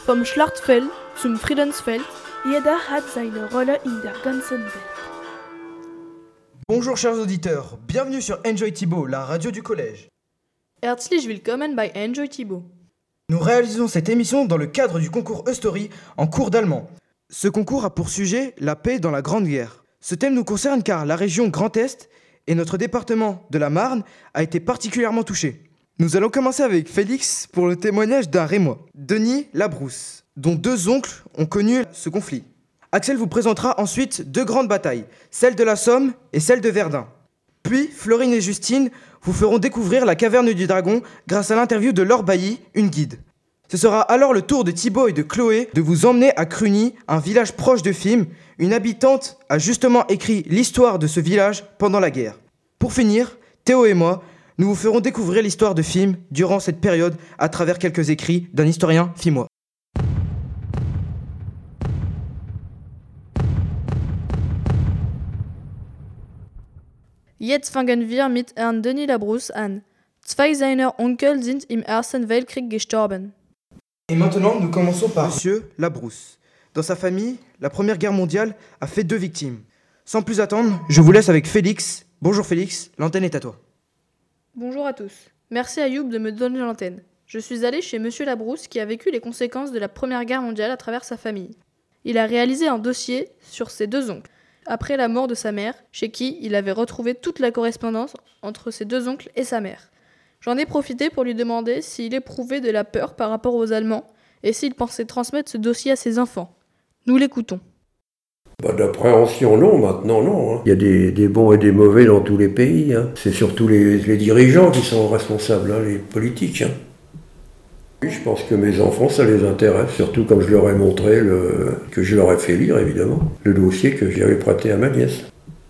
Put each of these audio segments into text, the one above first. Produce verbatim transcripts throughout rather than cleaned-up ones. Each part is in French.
Vom Schlachtfeld zum Friedensfeld, jeder hat seine Rolle in der ganzen Welt. Bonjour chers auditeurs, bienvenue sur Enjoy Thibaut, la radio du collège. Herzlich willkommen bei Enjoy Thibaut. Nous réalisons cette émission dans le cadre du concours E-Story en cours d'allemand. Ce concours a pour sujet la paix dans la Grande Guerre. Ce thème nous concerne car la région Grand Est et notre département de la Marne a été particulièrement touché. Nous allons commencer avec Félix pour le témoignage d'un Rémois, Denis Labrousse, dont deux oncles ont connu ce conflit. Axel vous présentera ensuite deux grandes batailles, celle de la Somme et celle de Verdun. Puis Florine et Justine vous feront découvrir la caverne du dragon grâce à l'interview de Laure Bailly, une guide. Ce sera alors le tour de Thibaut et de Chloé de vous emmener à Cluny, un village proche de Fismes. Une habitante a justement écrit l'histoire de ce village pendant la guerre. Pour finir, Théo et moi, nous vous ferons découvrir l'histoire de Fismes durant cette période à travers quelques écrits d'un historien fimois. Jetzt fangen wir mit Herrn Denis Labrousse an. Zwei seiner Onkel sind im Ersten Weltkrieg gestorben. Et maintenant, nous commençons par Monsieur Labrousse. Dans sa famille, la Première Guerre mondiale a fait deux victimes. Sans plus attendre, je vous laisse avec Félix. Bonjour Félix, l'antenne est à toi. Bonjour à tous. Merci à Youb de me donner l'antenne. Je suis allé chez Monsieur Labrousse qui a vécu les conséquences de la Première Guerre mondiale à travers sa famille. Il a réalisé un dossier sur ses deux oncles, après la mort de sa mère, chez qui il avait retrouvé toute la correspondance entre ses deux oncles et sa mère. J'en ai profité pour lui demander s'il éprouvait de la peur par rapport aux Allemands et s'il pensait transmettre ce dossier à ses enfants. Nous l'écoutons. Bah, d'appréhension, non, maintenant, non. Hein. Il y a des, des bons et des mauvais dans tous les pays. Hein. C'est surtout les, les dirigeants qui sont responsables, hein, les politiques. Hein. Oui, je pense que mes enfants, ça les intéresse, surtout comme je leur ai montré, le, que je leur ai fait lire, évidemment, le dossier que j'avais prêté à ma nièce.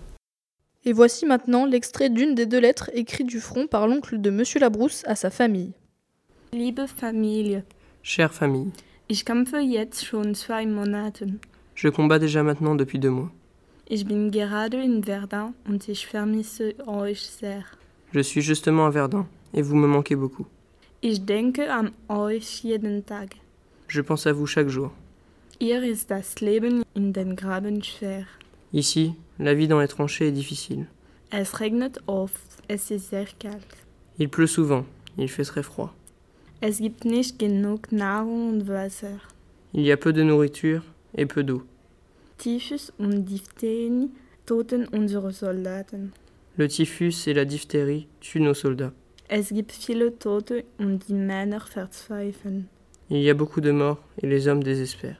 Et voici maintenant l'extrait d'une des deux lettres écrites du front par l'oncle de Monsieur Labrousse à sa famille. Liebe Familie, Chère famille, ich kämpfe jetzt schon zwei Monaten. je combats déjà maintenant depuis deux mois. Ich bin gerade in Verdun und ich vermisse euch sehr. Je suis justement à Verdun, et vous me manquez beaucoup. Ich denke an euch jeden Tag. Je pense à vous chaque jour. Hier ist das Leben in den Graben schwer. Ici, la vie dans les tranchées est difficile. Es regnet oft, es ist sehr kalt. Il pleut souvent, il fait très froid. Es gibt nicht genug Nahrung und Wasser. Il y a peu de nourriture et peu d'eau. Typhus und Diphtherie töten unsere Soldaten. Le typhus et la diphtérie tuent nos soldats. Es gibt viele Tote und die Männer verzweifeln. Il y a beaucoup de morts et les hommes désespèrent.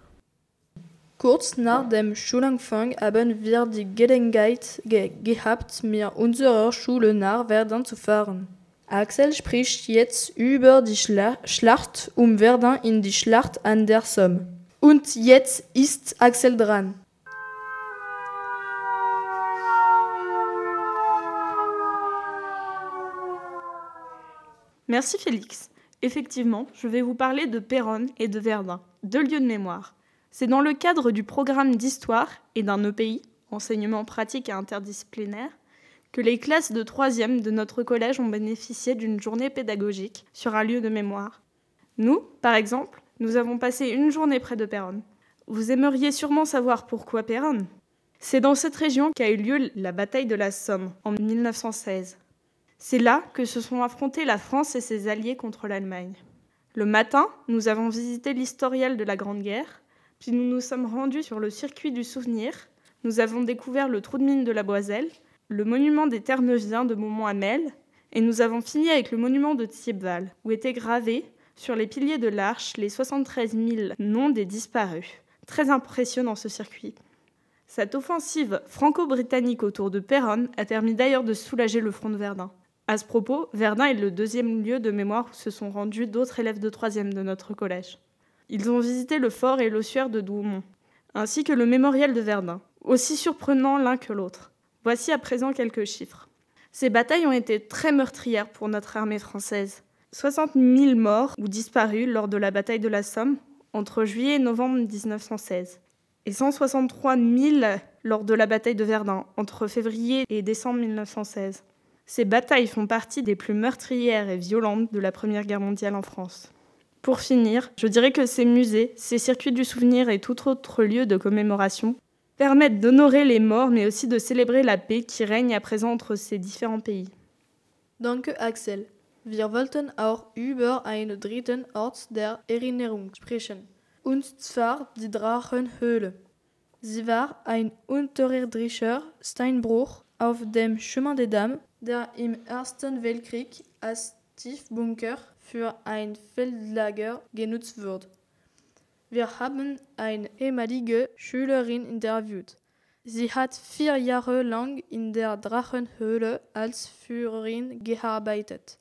Kurz nach dem Schulanfang haben wir die Gelegenheit ge- gehabt, mit unserer Schule nach Verdun zu fahren. Axel spricht jetzt über die Schla- Schlacht um Verdun in die Schlacht an der Somme. Und jetzt ist Axel dran. Merci Félix. Effectivement, je vais vous parler de Péronne et de Verdun, deux lieux de mémoire. C'est dans le cadre du programme d'histoire et d'un E P I, enseignement pratique et interdisciplinaire, que les classes de troisième de notre collège ont bénéficié d'une journée pédagogique sur un lieu de mémoire. Nous, par exemple, nous avons passé une journée près de Péronne. Vous aimeriez sûrement savoir pourquoi Péronne ? C'est dans cette région qu'a eu lieu la bataille de la Somme en mille neuf cent seize. C'est là que se sont affrontés la France et ses alliés contre l'Allemagne. Le matin, nous avons visité l'historiel de la Grande Guerre, puis nous nous sommes rendus sur le circuit du souvenir. Nous avons découvert le trou de mine de la Boiselle, le monument des Terneviens de Beaumont-Hamel, et nous avons fini avec le monument de Thiepval, où étaient gravés, sur les piliers de l'arche, les soixante-treize mille noms des disparus. Très impressionnant ce circuit. Cette offensive franco-britannique autour de Péronne a permis d'ailleurs de soulager le front de Verdun. À ce propos, Verdun est le deuxième lieu de mémoire où se sont rendus d'autres élèves de troisième de notre collège. Ils ont visité le fort et l'ossuaire de Douaumont, ainsi que le mémorial de Verdun, aussi surprenants l'un que l'autre. Voici à présent quelques chiffres. Ces batailles ont été très meurtrières pour notre armée française. soixante mille morts ou disparus lors de la bataille de la Somme entre juillet et novembre dix-neuf cent seize, et cent soixante-trois mille lors de la bataille de Verdun entre février et décembre mille neuf cent seize. Ces batailles font partie des plus meurtrières et violentes de la Première Guerre mondiale en France. Pour finir, je dirais que ces musées, ces circuits du souvenir et tout autre lieu de commémoration permettent d'honorer les morts, mais aussi de célébrer la paix qui règne à présent entre ces différents pays. Danke, Axel. Wir wollten auch über einen dritten Ort der Erinnerung sprechen, und zwar die Drachenhöhle. Sie war ein unterirdischer Steinbruch auf dem Chemin des Dames, der im Ersten Weltkrieg als Tiefbunker für ein Feldlager genutzt wurde. Wir haben eine ehemalige Schülerin interviewt. Sie hat vier Jahre lang in der Drachenhöhle als Führerin gearbeitet.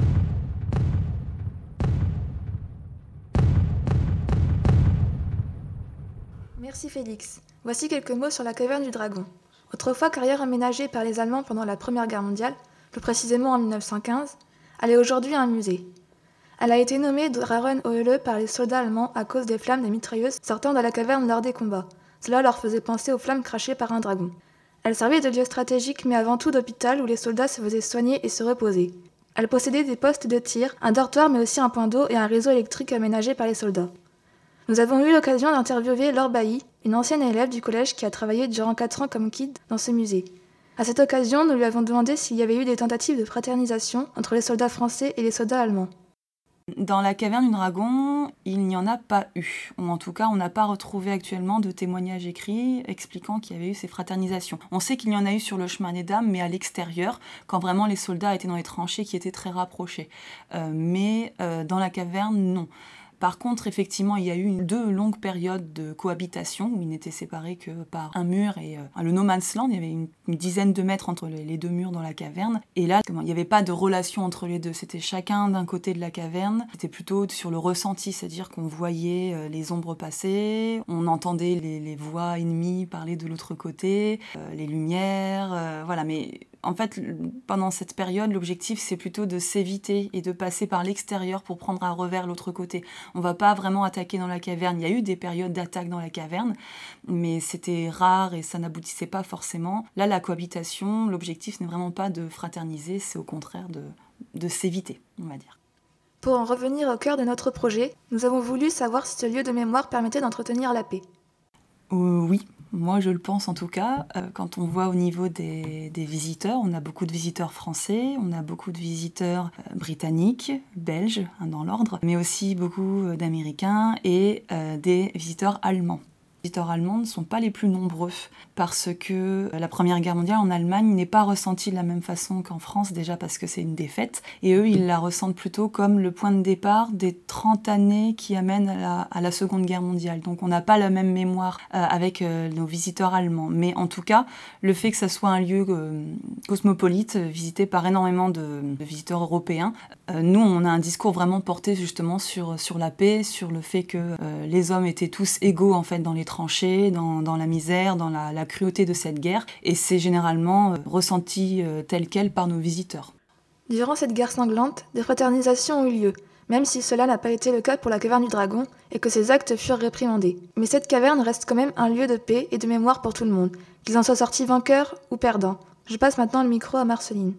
Merci Félix. Voici quelques mots sur la caverne du Dragon. Autrefois carrière aménagée par les Allemands pendant la Première Guerre mondiale, plus précisément en mille neuf cent quinze, elle est aujourd'hui un musée. Elle a été nommée Drachenhöhle par les soldats allemands à cause des flammes des mitrailleuses sortant de la caverne lors des combats. Cela leur faisait penser aux flammes crachées par un dragon. Elle servait de lieu stratégique mais avant tout d'hôpital où les soldats se faisaient soigner et se reposer. Elle possédait des postes de tir, un dortoir mais aussi un point d'eau et un réseau électrique aménagé par les soldats. Nous avons eu l'occasion d'interviewer Laure Bailly, une ancienne élève du collège qui a travaillé durant quatre ans comme guide dans ce musée. À cette occasion, nous lui avons demandé s'il y avait eu des tentatives de fraternisation entre les soldats français et les soldats allemands. Dans la caverne du Dragon, il n'y en a pas eu. Ou en tout cas, on n'a pas retrouvé actuellement de témoignages écrits expliquant qu'il y avait eu ces fraternisations. On sait qu'il y en a eu sur le chemin des Dames, mais à l'extérieur, quand vraiment les soldats étaient dans les tranchées qui étaient très rapprochés. Euh, mais euh, dans la caverne, non. Par contre, effectivement, il y a eu une, deux longues périodes de cohabitation où ils n'étaient séparés que par un mur et euh, le no man's land. Il y avait une, une dizaine de mètres entre les, les deux murs dans la caverne. Et là, comment, il n'y avait pas de relation entre les deux. C'était chacun d'un côté de la caverne. C'était plutôt sur le ressenti, c'est-à-dire qu'on voyait euh, les ombres passer, on entendait les, les voix ennemies parler de l'autre côté, euh, les lumières, euh, voilà. Mais en fait, pendant cette période, l'objectif, c'est plutôt de s'éviter et de passer par l'extérieur pour prendre à revers l'autre côté. On ne va pas vraiment attaquer dans la caverne. Il y a eu des périodes d'attaque dans la caverne, mais c'était rare et ça n'aboutissait pas forcément. Là, la cohabitation, l'objectif n'est vraiment pas de fraterniser, c'est au contraire de, de s'éviter, on va dire. Pour en revenir au cœur de notre projet, nous avons voulu savoir si ce lieu de mémoire permettait d'entretenir la paix. Euh, oui. Moi, je le pense en tout cas. Euh, quand on voit au niveau des, des visiteurs, on a beaucoup de visiteurs français, on a beaucoup de visiteurs euh, britanniques, belges, hein, dans l'ordre, mais aussi beaucoup euh, d'Américains et euh, des visiteurs allemands. Les visiteurs allemands ne sont pas les plus nombreux parce que la Première Guerre mondiale en Allemagne n'est pas ressentie de la même façon qu'en France, déjà parce que c'est une défaite, et eux, ils la ressentent plutôt comme le point de départ des trente années qui amènent à la, à la Seconde Guerre mondiale. Donc on n'a pas la même mémoire euh, avec euh, nos visiteurs allemands. Mais en tout cas, le fait que ça soit un lieu euh, cosmopolite, visité par énormément de, de visiteurs européens, euh, nous, on a un discours vraiment porté justement sur, sur la paix, sur le fait que euh, les hommes étaient tous égaux en fait dans les tranchées, dans, dans la misère, dans la, la cruauté de cette guerre, et c'est généralement euh, ressenti euh, tel quel par nos visiteurs. Durant cette guerre sanglante, des fraternisations ont eu lieu, même si cela n'a pas été le cas pour la caverne du Dragon et que ces actes furent réprimandés. Mais cette caverne reste quand même un lieu de paix et de mémoire pour tout le monde, qu'ils en soient sortis vainqueurs ou perdants. Je passe maintenant le micro à Marceline.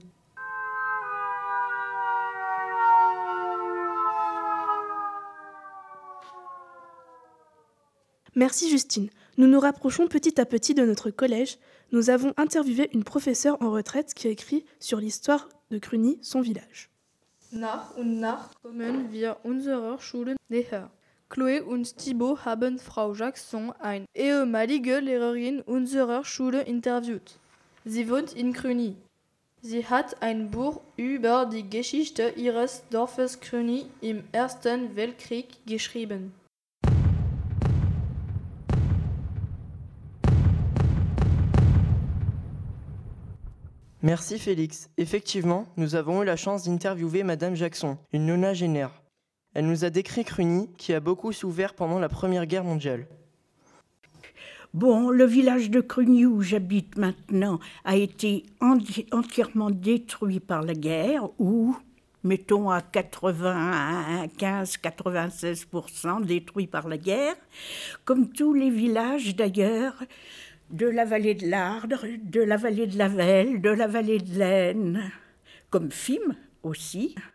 Merci Justine. Nous nous rapprochons petit à petit de notre collège. Nous avons interviewé une professeure en retraite qui a écrit sur l'histoire de Cluny, son village. Nach und nach kommen wir unserer Schule näher. Chloé und Thibaut haben Frau Jackson, eine ehemalige Lehrerin unserer Schule, interviewt. Sie wohnt in Cluny. Sie hat ein Buch über die Geschichte ihres Dorfes Cluny im Ersten Weltkrieg geschrieben. Merci Félix. Effectivement, nous avons eu la chance d'interviewer Madame Jackson, une nonagénaire. Elle nous a décrit Cluny, qui a beaucoup souffert pendant la Première Guerre mondiale. Bon, le village de Cluny où j'habite maintenant a été enti- entièrement détruit par la guerre, ou, mettons à quatre-vingt-quinze à quatre-vingt-seize pour cent détruit par la guerre, comme tous les villages d'ailleurs, de la vallée de l'Ardre, de la vallée de la Velle, de la vallée de l'Aisne, comme Fismes aussi.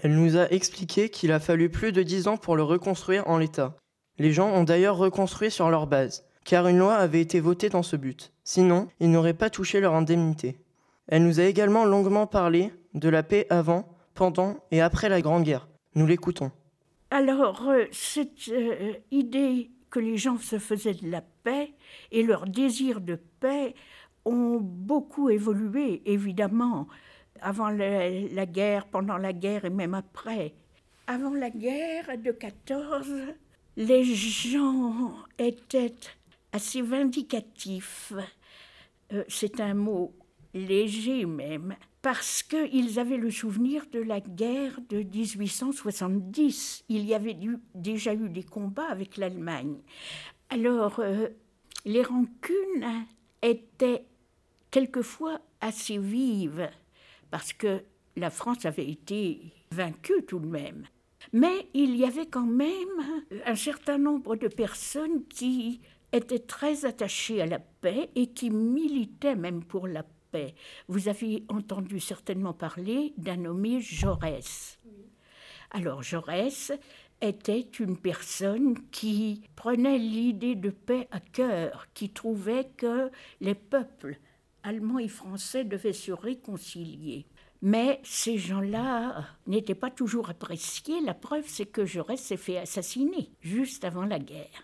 Elle nous a expliqué qu'il a fallu plus de dix ans pour le reconstruire en l'état. Les gens ont d'ailleurs reconstruit sur leur base, car une loi avait été votée dans ce but. Sinon, ils n'auraient pas touché leur indemnité. Elle nous a également longuement parlé de la paix avant, pendant et après la Grande Guerre. Nous l'écoutons. Alors, euh, cette euh, idée que les gens se faisaient de la paix et leur désir de paix ont beaucoup évolué, évidemment, avant la, la guerre, pendant la guerre et même après. Avant la guerre de quatorze, les gens étaient assez vindicatifs. Euh, c'est un mot léger même, parce qu'ils avaient le souvenir de la guerre de dix-huit cent soixante-dix. Il y avait eu, déjà eu des combats avec l'Allemagne. Alors, euh, les rancunes étaient quelquefois assez vives, parce que la France avait été vaincue tout de même. Mais il y avait quand même un certain nombre de personnes qui étaient très attachées à la paix et qui militaient même pour la paix. Vous avez entendu certainement parler d'un nommé Jaurès. Oui. Alors Jaurès était une personne qui prenait l'idée de paix à cœur, qui trouvait que les peuples allemands et français devaient se réconcilier. Mais ces gens-là n'étaient pas toujours appréciés. La preuve, c'est que Jaurès s'est fait assassiner juste avant la guerre.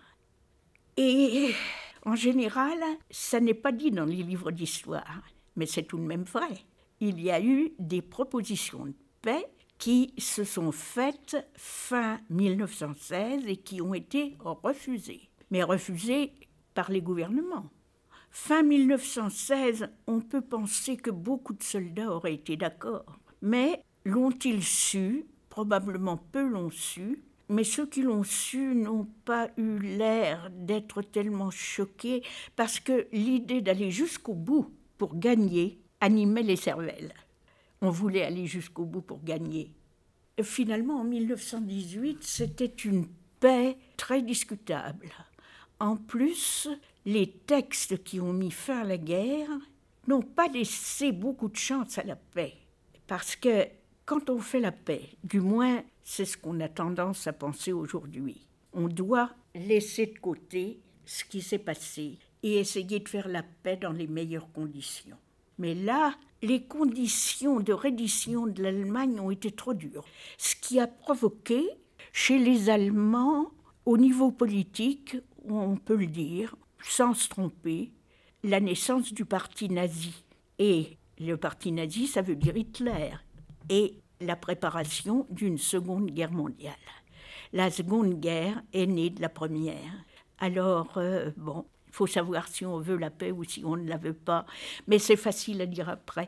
Et en général, ça n'est pas dit dans les livres d'histoire, mais c'est tout de même vrai. Il y a eu des propositions de paix qui se sont faites fin mille neuf cent seize et qui ont été refusées, mais refusées par les gouvernements. Fin mille neuf cent seize, on peut penser que beaucoup de soldats auraient été d'accord. Mais l'ont-ils su? Probablement peu l'ont su. Mais ceux qui l'ont su n'ont pas eu l'air d'être tellement choqués parce que l'idée d'aller jusqu'au bout pour gagner animait les cervelles. On voulait aller jusqu'au bout pour gagner. Et finalement, en mille neuf cent dix-huit, c'était une paix très discutable. En plus, les textes qui ont mis fin à la guerre n'ont pas laissé beaucoup de chance à la paix. Parce que quand on fait la paix, du moins c'est ce qu'on a tendance à penser aujourd'hui, on doit laisser de côté ce qui s'est passé et essayer de faire la paix dans les meilleures conditions. Mais là, les conditions de reddition de l'Allemagne ont été trop dures, ce qui a provoqué chez les Allemands, au niveau politique, on peut le dire, sans se tromper, la naissance du parti nazi. Et le parti nazi, ça veut dire Hitler. Et la préparation d'une seconde guerre mondiale. La seconde guerre est née de la première. Alors, euh, bon, il faut savoir si on veut la paix ou si on ne la veut pas. Mais c'est facile à dire après.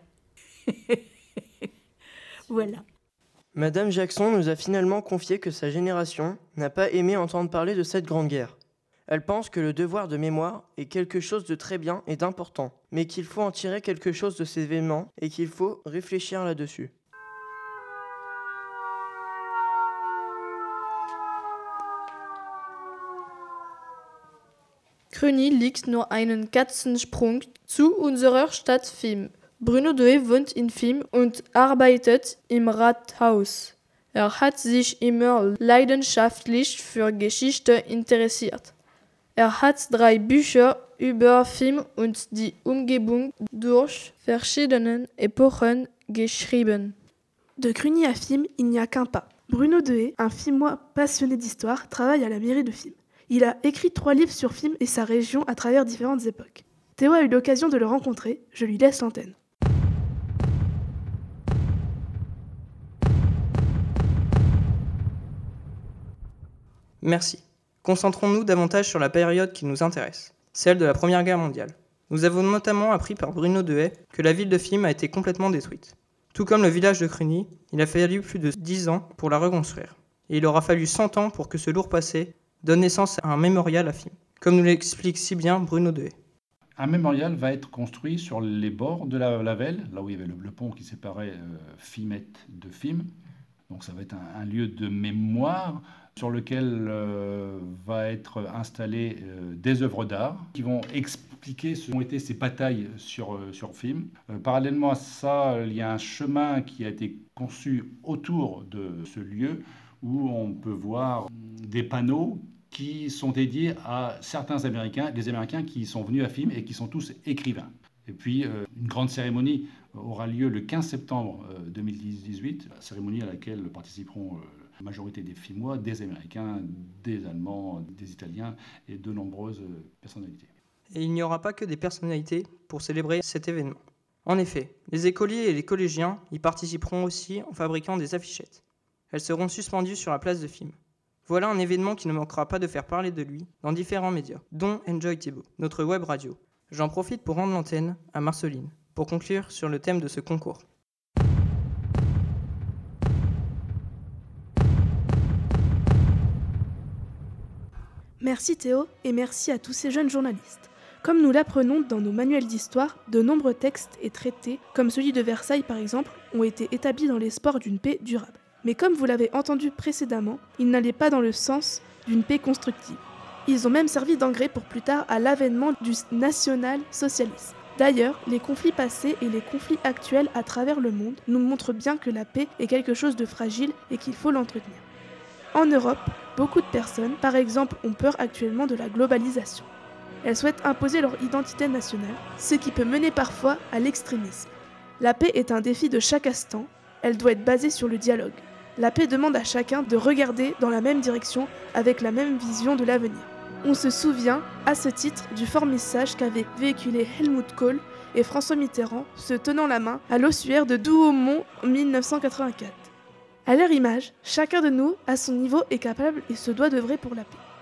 Voilà. Madame Jackson nous a finalement confié que sa génération n'a pas aimé entendre parler de cette grande guerre. Elle pense que le devoir de mémoire est quelque chose de très bien et d'important, mais qu'il faut en tirer quelque chose de ces événements et qu'il faut réfléchir là-dessus. Krüni liegt nur einen Katzensprung zu unserer Stadt Film. Bruno Döhe wohnt in Film und arbeitet im Rathaus. Er hat sich immer leidenschaftlich für Geschichte interessiert. Er hat drei Bücher über Film und die Umgebung durch verschiedene Epochen geschrieben. De Krüni à Film, il n'y a qu'un pas. Bruno Döhe, un Filmois passionné d'histoire, travaille à la mairie de Film. Il a écrit trois livres sur Film et sa région à travers différentes époques. Théo a eu l'occasion de le rencontrer, je lui laisse l'antenne. Merci. Concentrons-nous davantage sur la période qui nous intéresse, celle de la Première Guerre mondiale. Nous avons notamment appris par Bruno Döhe que la ville de Film a été complètement détruite. Tout comme le village de Krüni, il a fallu plus de dix ans pour la reconstruire. Et il aura fallu cent ans pour que ce lourd passé donne naissance à un mémorial à Film, comme nous l'explique si bien Bruno Döhe. Un mémorial va être construit sur les bords de la, la Velle, là où il y avait le, le pont qui séparait euh, Fimette de Film. Donc ça va être un, un lieu de mémoire sur lequel euh, va être installé euh, des œuvres d'art qui vont expliquer ce qu'ont été ces batailles sur, euh, sur film. Euh, parallèlement à ça, il y a un chemin qui a été conçu autour de ce lieu où on peut voir des panneaux qui sont dédiés à certains Américains, des Américains qui sont venus à Film et qui sont tous écrivains. Et puis, euh, une grande cérémonie aura lieu le quinze septembre euh, deux mille dix-huit, la cérémonie à laquelle participeront euh, la majorité des Filmois, des Américains, des Allemands, des Italiens et de nombreuses euh, personnalités. Et il n'y aura pas que des personnalités pour célébrer cet événement. En effet, les écoliers et les collégiens y participeront aussi en fabriquant des affichettes. Elles seront suspendues sur la place de Film. Voilà un événement qui ne manquera pas de faire parler de lui dans différents médias, dont Enjoy Thibaut, notre web radio. J'en profite pour rendre l'antenne à Marceline, pour conclure sur le thème de ce concours. Merci Théo et merci à tous ces jeunes journalistes. Comme nous l'apprenons dans nos manuels d'histoire, de nombreux textes et traités, comme celui de Versailles par exemple, ont été établis dans l'espoir d'une paix durable. Mais comme vous l'avez entendu précédemment, ils n'allaient pas dans le sens d'une paix constructive. Ils ont même servi d'engrais pour plus tard à l'avènement du national-socialisme. D'ailleurs, les conflits passés et les conflits actuels à travers le monde nous montrent bien que la paix est quelque chose de fragile et qu'il faut l'entretenir. En Europe, beaucoup de personnes, par exemple, ont peur actuellement de la globalisation. Elles souhaitent imposer leur identité nationale, ce qui peut mener parfois à l'extrémisme. La paix est un défi de chaque instant, elle doit être basée sur le dialogue. La paix demande à chacun de regarder dans la même direction avec la même vision de l'avenir. On se souvient, à ce titre, du fort message qu'avaient véhiculé Helmut Kohl et François Mitterrand, se tenant la main à l'ossuaire de Douaumont en mille neuf cent quatre-vingt-quatre. À leur image, chacun de nous, à son niveau, est capable et se doit d'œuvrer pour la paix.